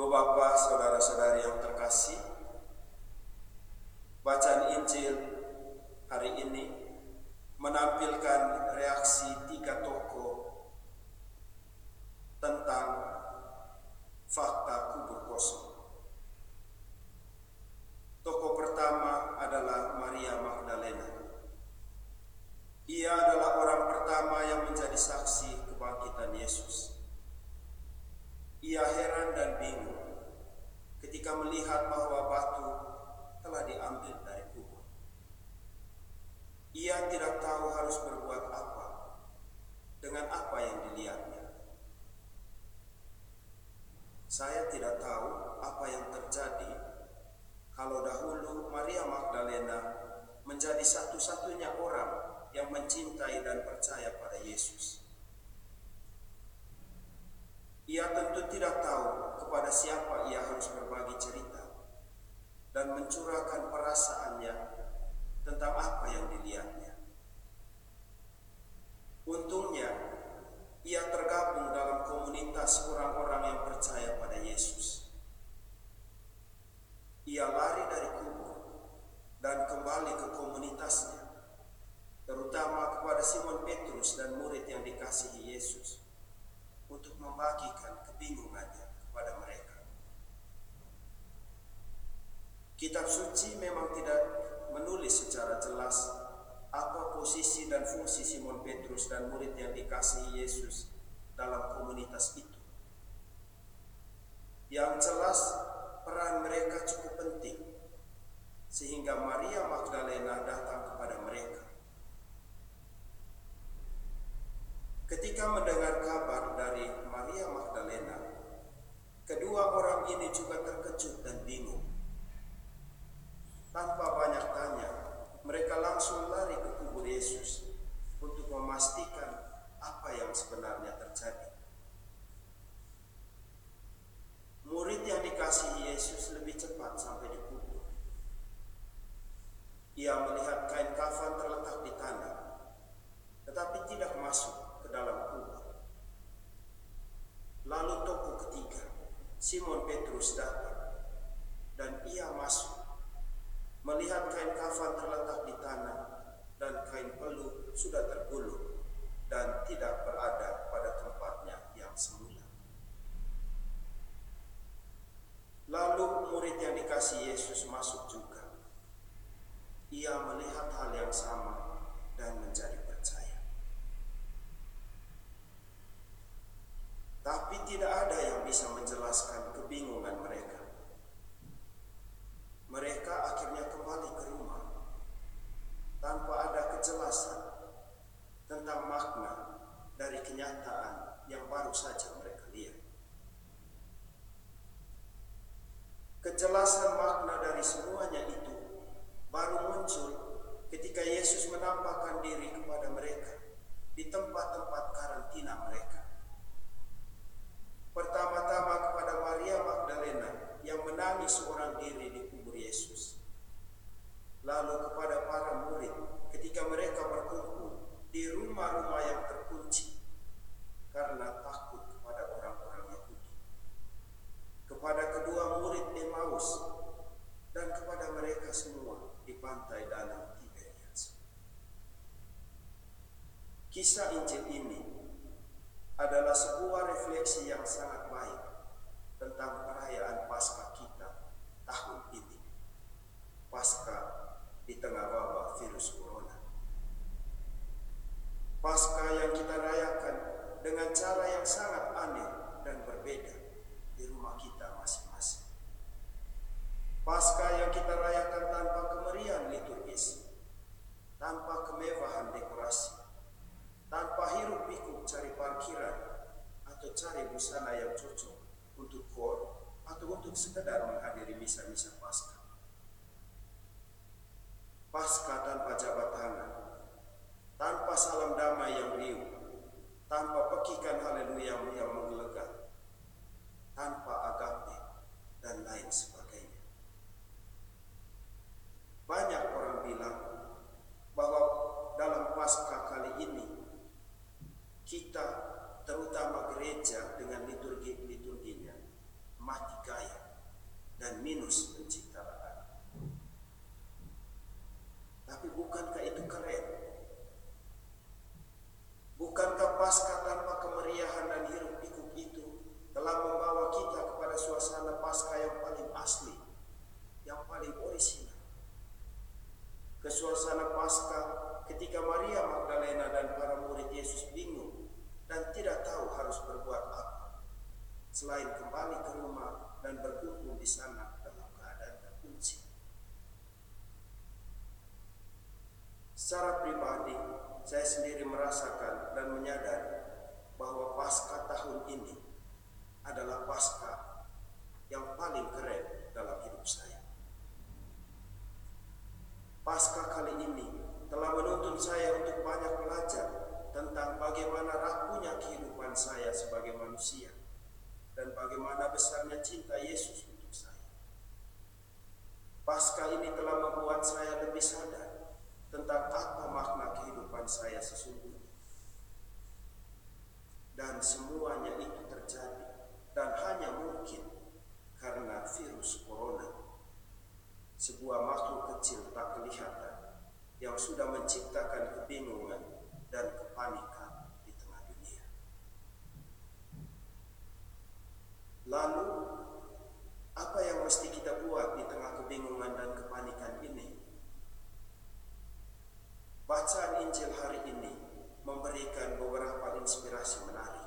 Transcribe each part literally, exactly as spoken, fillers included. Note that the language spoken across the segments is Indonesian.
Ibu bapak, saudara-saudari yang terkasih, bacaan Injil hari ini menampilkan reaksi tiga tokoh tentang fakta kubur kosong. Tokoh pertama adalah Maria Magdalena. Ia adalah orang pertama yang menjadi saksi kebangkitan Yesus. Ia heran dan bingung ketika melihat bahwa batu telah diambil dari kubur. Ia tidak tahu harus berbuat apa dengan apa yang dilihatnya. Saya tidak tahu apa yang terjadi kalau dahulu Maria Magdalena menjadi satu-satunya orang yang mencintai dan percaya pada Yesus. Ia tentu tidak tahu kepada siapa ia harus berbagi cerita dan mencurahkan perasaannya tentang apa yang dilihatnya. Untungnya, ia tergabung dalam komunitas orang-orang yang percaya pada Yesus. Ia lari dari kubur dan kembali ke komunitasnya, terutama kepada Simon Petrus dan murid yang dikasihi Yesus, untuk membagikan kebingungannya kepada mereka. Kitab suci memang tidak menulis secara jelas apa posisi dan fungsi Simon Petrus dan murid yang dikasihi Yesus dalam komunitas itu. Yang jelas, peran mereka cukup penting, sehingga Maria Magdalena datang kepada mereka. Ketika mendengar kabar dari Maria Magdalena, kedua orang ini juga terkejut dan bingung. Tanpa banyak tanya, mereka langsung lari ke kubur Yesus untuk memastikan apa yang sebenarnya terjadi. Murid yang dikasihi Yesus lebih cepat sampai di kubur. Ia melihat kain kafan terletak di tanah, tetapi tidak masuk ke dalam kubur. Lalu tokoh ketiga, Simon Petrus, datang dan ia masuk, melihat kain kafan terletak di tanah dan kain peluh sudah tergulung dan tidak berada pada tempatnya yang semula. Lalu murid yang dikasihi Yesus masuk juga. Ia melihat hal yang sama dan menjadi percaya. Tapi tidak ada yang bisa menjelaskan kebingungan mereka. Mereka akhirnya kembali ke rumah tanpa ada kejelasan tentang makna dari kenyataan yang baru saja mereka lihat. Kejelasan makna dari semuanya itu baru muncul ketika Yesus menampakkan diri kepada mereka di tempat-tempat karantina mereka. Pertama-tama kepada Maria Magdalena yang menangis seorang diri di kubur Yesus. Lalu kepada para murid ketika mereka berkumpul di rumah-rumah yang terkunci karena takut kepada orang-orang Yahudi. Kepada kedua murid Emmaus dan kepada mereka semua di pantai Danau Tiberias. Kisah Injil ini adalah sebuah refleksi yang sangat baik tentang perayaan Paskah kita tahun ini. Paskah di tengah wabah virus corona. Paskah yang kita rayakan dengan cara yang sangat aneh dan berbeda di rumah kita masing-masing. Paskah yang kita rayakan tanpa kemeriahan liturgis, tanpa kemewahan dekorasi, tanpa hiruk pikuk cari parkiran atau cari busana yang cocok untuk kor atau untuk sekedar menghadiri misa-misa Paskah. Paskah tanpa jabat tangan, tanpa salam damai yang riuh, tanpa pekikan haleluya yang menggelegar, tanpa agape dan lain sebagainya. Banyak orang bilang bahwa dalam Paskah kali ini kita, terutama gereja dengan liturgi-liturginya, mati gaya. dan minus pencitraan. Tapi bukankah itu keren? Bukankah Paskah tanpa kemeriahan dan hiruk pikuk itu telah membawa kita kepada suasana Paskah yang paling asli, yang paling orisinal? Ke suasana Paskah ketika Maria Magdalena dan para murid Yesus bingung dan tidak tahu harus berbuat apa selain kembali ke rumah dan berkumpul di sana dalam keadaan terkunci. Secara pribadi, saya sendiri merasakan dan menyadari bahwa Paskah tahun ini adalah Paskah yang paling keren dalam hidup saya. Paskah kali ini telah menuntun saya untuk banyak belajar tentang bagaimana rapuhnya kehidupan saya sebagai manusia dan bagaimana besarnya cinta Yesus untuk saya. Paskah ini telah membuat saya lebih sadar tentang apa makna kehidupan saya sesungguhnya. Dan semuanya itu terjadi dan hanya mungkin karena virus corona, sebuah makhluk kecil tak kelihatan yang sudah menciptakan kebingungan dan kepanikan di tengah dunia. Lalu, apa yang mesti kita buat di tengah kebingungan dan kepanikan ini? Bacaan Injil hari ini memberikan beberapa inspirasi menarik.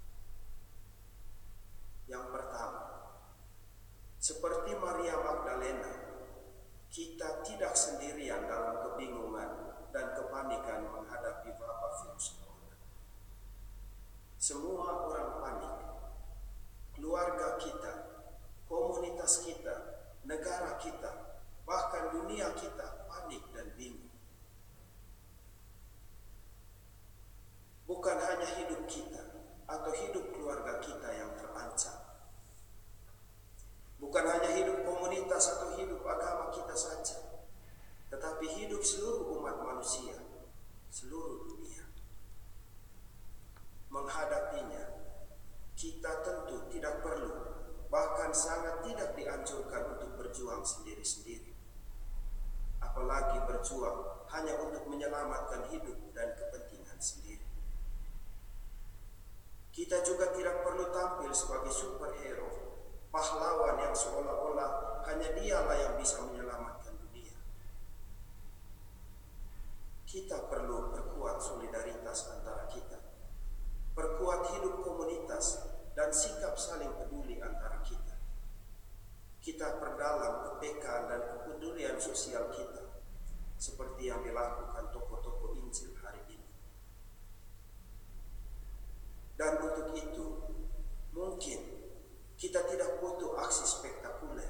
Yang pertama, seperti Maria Magdalena, kita tidak sendirian dalam kebingungan dan kepanikan menghadapi wabah virus corona. Semua orang panik. Keluarga kita, komunitas kita, negara kita, bahkan dunia kita panik dan bingung. Bukan hanya hidup kita atau hidup keluarga kita yang terancam. Bukan hanya hidup komunitas atau hidup agama kita saja, tetapi hidup seluruh umat manusia, seluruh dunia. Menghadapinya, kita tentu tidak perlu, bahkan sangat tidak dianjurkan untuk berjuang sendiri-sendiri. Apalagi berjuang hanya untuk menyelamatkan hidup dan kepentingan sendiri. Kita juga tidak perlu tampil sebagai superhero, pahlawan yang seolah-olah hanya dialah yang bisa menyelamatkan dunia. Kita perlu perkuat solidaritas antara kita, perkuat hidup komunitas dan sikap saling peduli antara kita. Kita perdalam kepekaan dan kepedulian sosial kita, seperti yang dilakukan tokoh-tokoh Injil hari ini. Dan untuk itu, mungkin kita tidak butuh aksi spektakuler.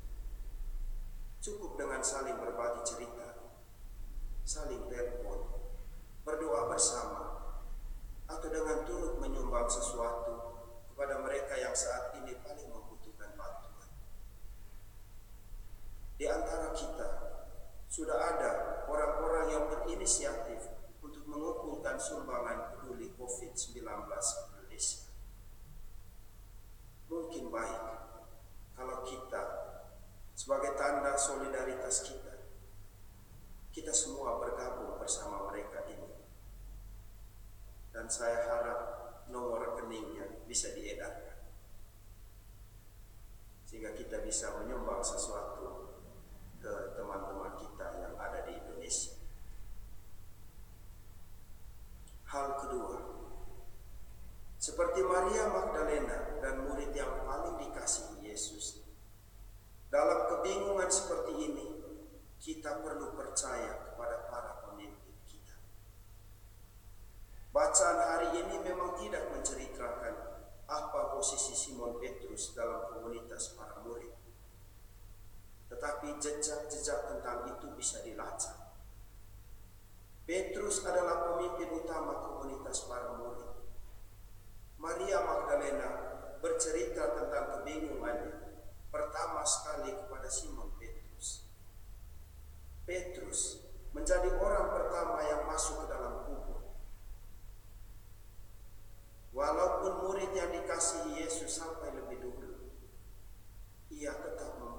Cukup dengan saling berbagi cerita, saling telepon, berdoa bersama, atau dengan turut menyumbang sesuatu kepada mereka yang saat ini paling membutuhkan bantuan. Di antara kita sudah ada orang-orang yang berinisiatif untuk mengumpulkan sumbangan peduli covid sembilan belas Indonesia. Mungkin baik kalau kita sebagai tanda solidaritas kita, kita semua bergabung bersama mereka ini. Dan saya harap nomor rekeningnya bisa diedarkan, sehingga kita bisa menyumbang sesuatu ke teman-teman kita yang ada di Indonesia. Hal kedua, seperti Maria Magdalena dan murid yang paling dikasihi Yesus, dalam kebingungan seperti ini, kita perlu percaya kepada para pemimpin kita. Bacaan hari ini memang tidak menceritakan apa posisi Simon Petrus dalam komunitas para murid, tetapi jejak-jejak tentang itu bisa dilacak. Petrus adalah pemimpin utama komunitas para murid. Maria Magdalena bercerita tentang kebingungannya pertama sekali kepada Simon Petrus. Petrus menjadi orang pertama yang masuk ke dalam kubur. Walaupun murid yang dikasihi Yesus sampai lebih dulu, ia tetap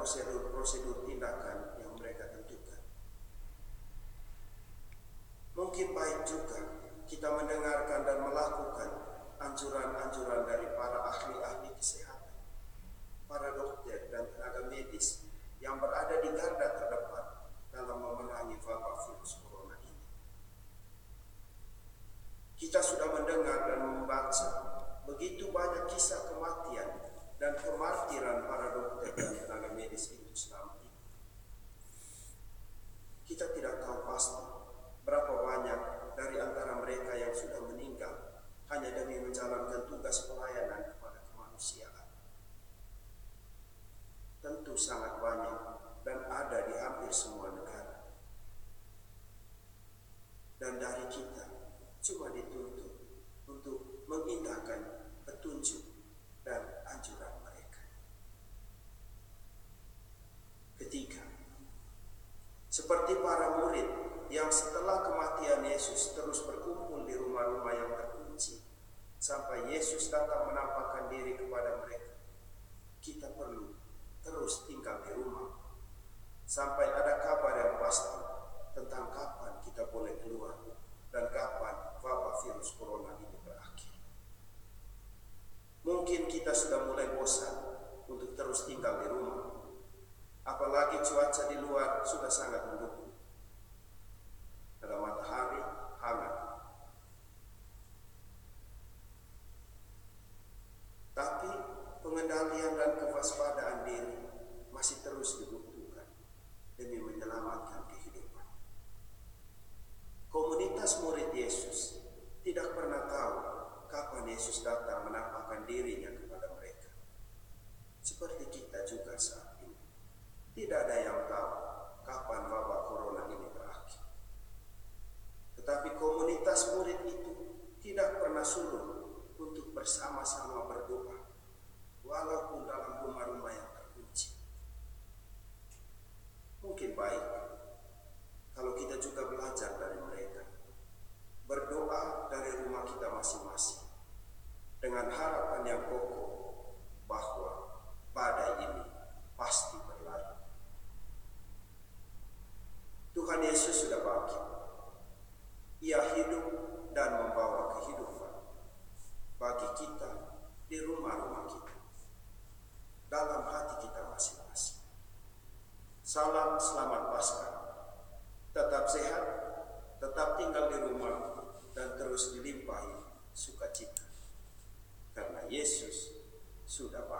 prosedur-prosedur tindakan yang mereka tentukan. Mungkin baik juga kita mendengarkan dan melakukan anjuran-anjuran dari para ahli-ahli kesehatan, para dokter dan tenaga medis yang berada di garda terdepan dalam memerangi wabah virus corona ini. Kita sudah mendengar dan membaca begitu banyak kisah kematian dan kemartiran para dokter dan tenaga medis itu selama ini. Kita tidak tahu pasti berapa banyak dari antara mereka yang sudah meninggal hanya demi menjalankan tugas pelayanan kepada kemanusiaan. Tentu sangat banyak dan ada di hampir semua negara. Dan dari kita cuma dituntut untuk mengindahkan petunjuk dan anjuran mereka. Ketiga, seperti para murid yang setelah kematian Yesus terus berkumpul di rumah-rumah yang terkunci sampai Yesus datang menampakkan diri kepada mereka, kita perlu terus tinggal di rumah sampai ada kabar yang pasti tentang kapan kita boleh keluar dan kapan wabah virus corona ini berakhir. Mungkin kita sudah mulai bosan untuk terus tinggal di rumah, apalagi cuaca di luar sudah sangat mendukung. Ada matahari hangat. Tapi pengendalian dan kewaspadaan diri masih terus dibutuhkan demi menyelamatkan kehidupan. Komunitas murid Yesus tidak pernah tahu kapan Yesus datang menampakkan dirinya kepada mereka. Seperti kita juga saat ini. Tidak ada yang tahu kapan wabah corona ini berakhir. Tetapi komunitas murid itu tidak pernah sulung untuk bersama-sama berdoa, walaupun dalam rumah-rumah yang terkunci. Mungkin baik kalau kita juga belajar dari mereka, berdoa dari rumah kita masing-masing, dengan harapan yang kokoh bahwa badai ini pasti berlalu. Tuhan Yesus sudah bangkit. Ia hidup dan membawa kehidupan bagi kita di rumah-rumah kita, dalam hati kita masing-masing. Salam selamat Paskah. Tetap sehat, tetap tinggal di rumah, dan terus dilimpahi sukacita. Karena Yesus sudah bangkit.